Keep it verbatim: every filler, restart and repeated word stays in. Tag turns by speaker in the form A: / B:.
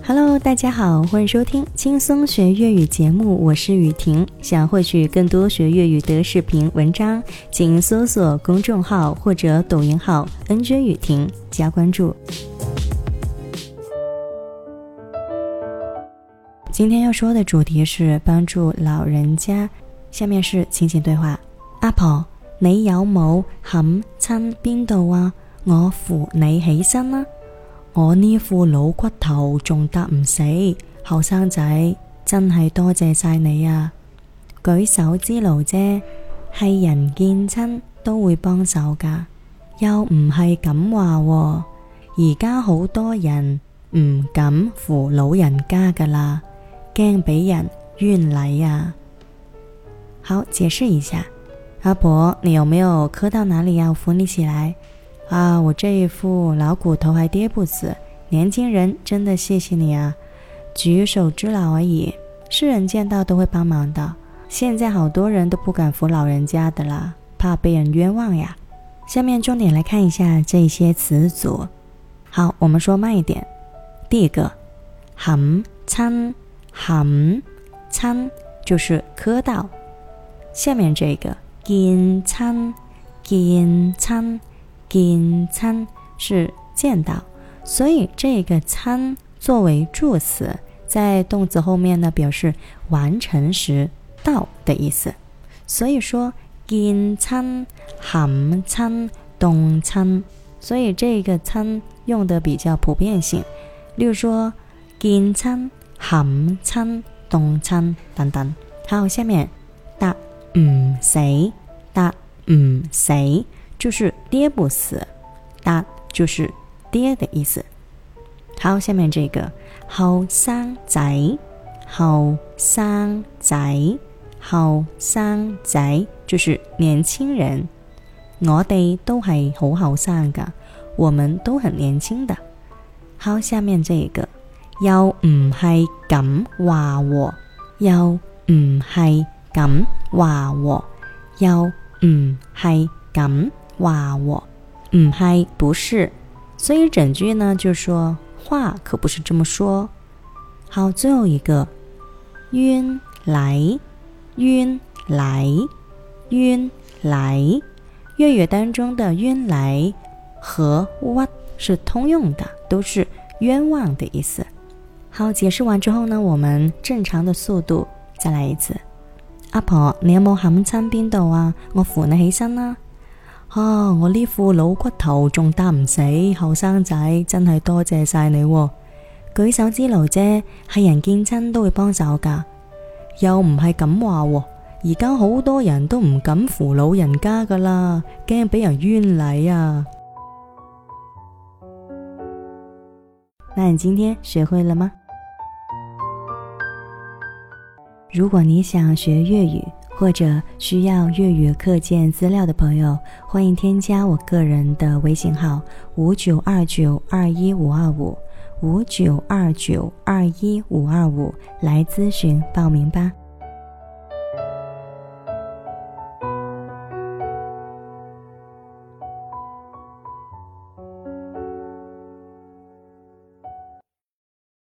A: Hello， 大家好，欢迎收听轻松学粤语节目，我是雨婷。想获取更多学粤语的视频文章，请搜索公众号或者抖音号 N J 雨婷加关注。今天要说的主题是帮助老人家，下面是情景對話。阿婆，你有冇冚親邊度啊？我扶你起身啦。我呢副老骨頭仲得唔死，後生仔真係多謝晒你啊！舉手之勞啫，係人見親都會幫手㗎，又唔係咁話喎。而家好多人唔敢扶老人家㗎啦，驚俾人冤禮啊。好，解釋一下。阿婆，你有沒有磕到哪裡呀？我扶你起來。啊，我這一副老骨頭還跌不死，年輕人真的謝謝你啊，舉手之勞而已，是人見到都會幫忙的。現在好多人都不敢扶老人家的啦，怕被人冤枉呀。下面重點來看一下這些詞組。好，我們說慢一點。第一個，冚親，冚親就是磕到。下面這個，見親，見親。見親是見到，所以這個親作為助詞，在動詞後面呢，表示完成時到的意思。所以說見親、冚親、動親，所以這個親用的比較普遍性。例如說見親、冚親、動親等等。好，下面得唔死，得唔死就是跌不死，得就是跌的意思。好，下面這個後生仔，後生仔，後生仔就是年輕人。我哋都係好後生㗎，我們都很年輕的。好，下面這個又唔係咁話喎，又唔係咁話喎，又唔係咁話喎，唔係不是，所以整句呢就說話可不是這麼說。好，最後一個冤禮，冤禮，冤禮，粵語當中的冤禮和屈是通用的，都是冤枉的意思。好，解釋完之後呢，我們正常的速度再來一次。阿婆，你有冇冚親邊度啊？我扶你起身啦。啊，我呢副老骨頭仲擔唔死，後生仔真係多謝晒你喎。舉手之勞啫，係人見親都會幫手㗎，又唔係咁話喎。而家好多人都唔敢扶老人家㗎啦，驚俾人冤禮啊。那你今天學會了嗎？如果你想學粵語或者需要粵語課件資料的朋友，歡迎添加我個人的微信號五九二九二一五二五五九二九二一五二五來諮詢報名吧。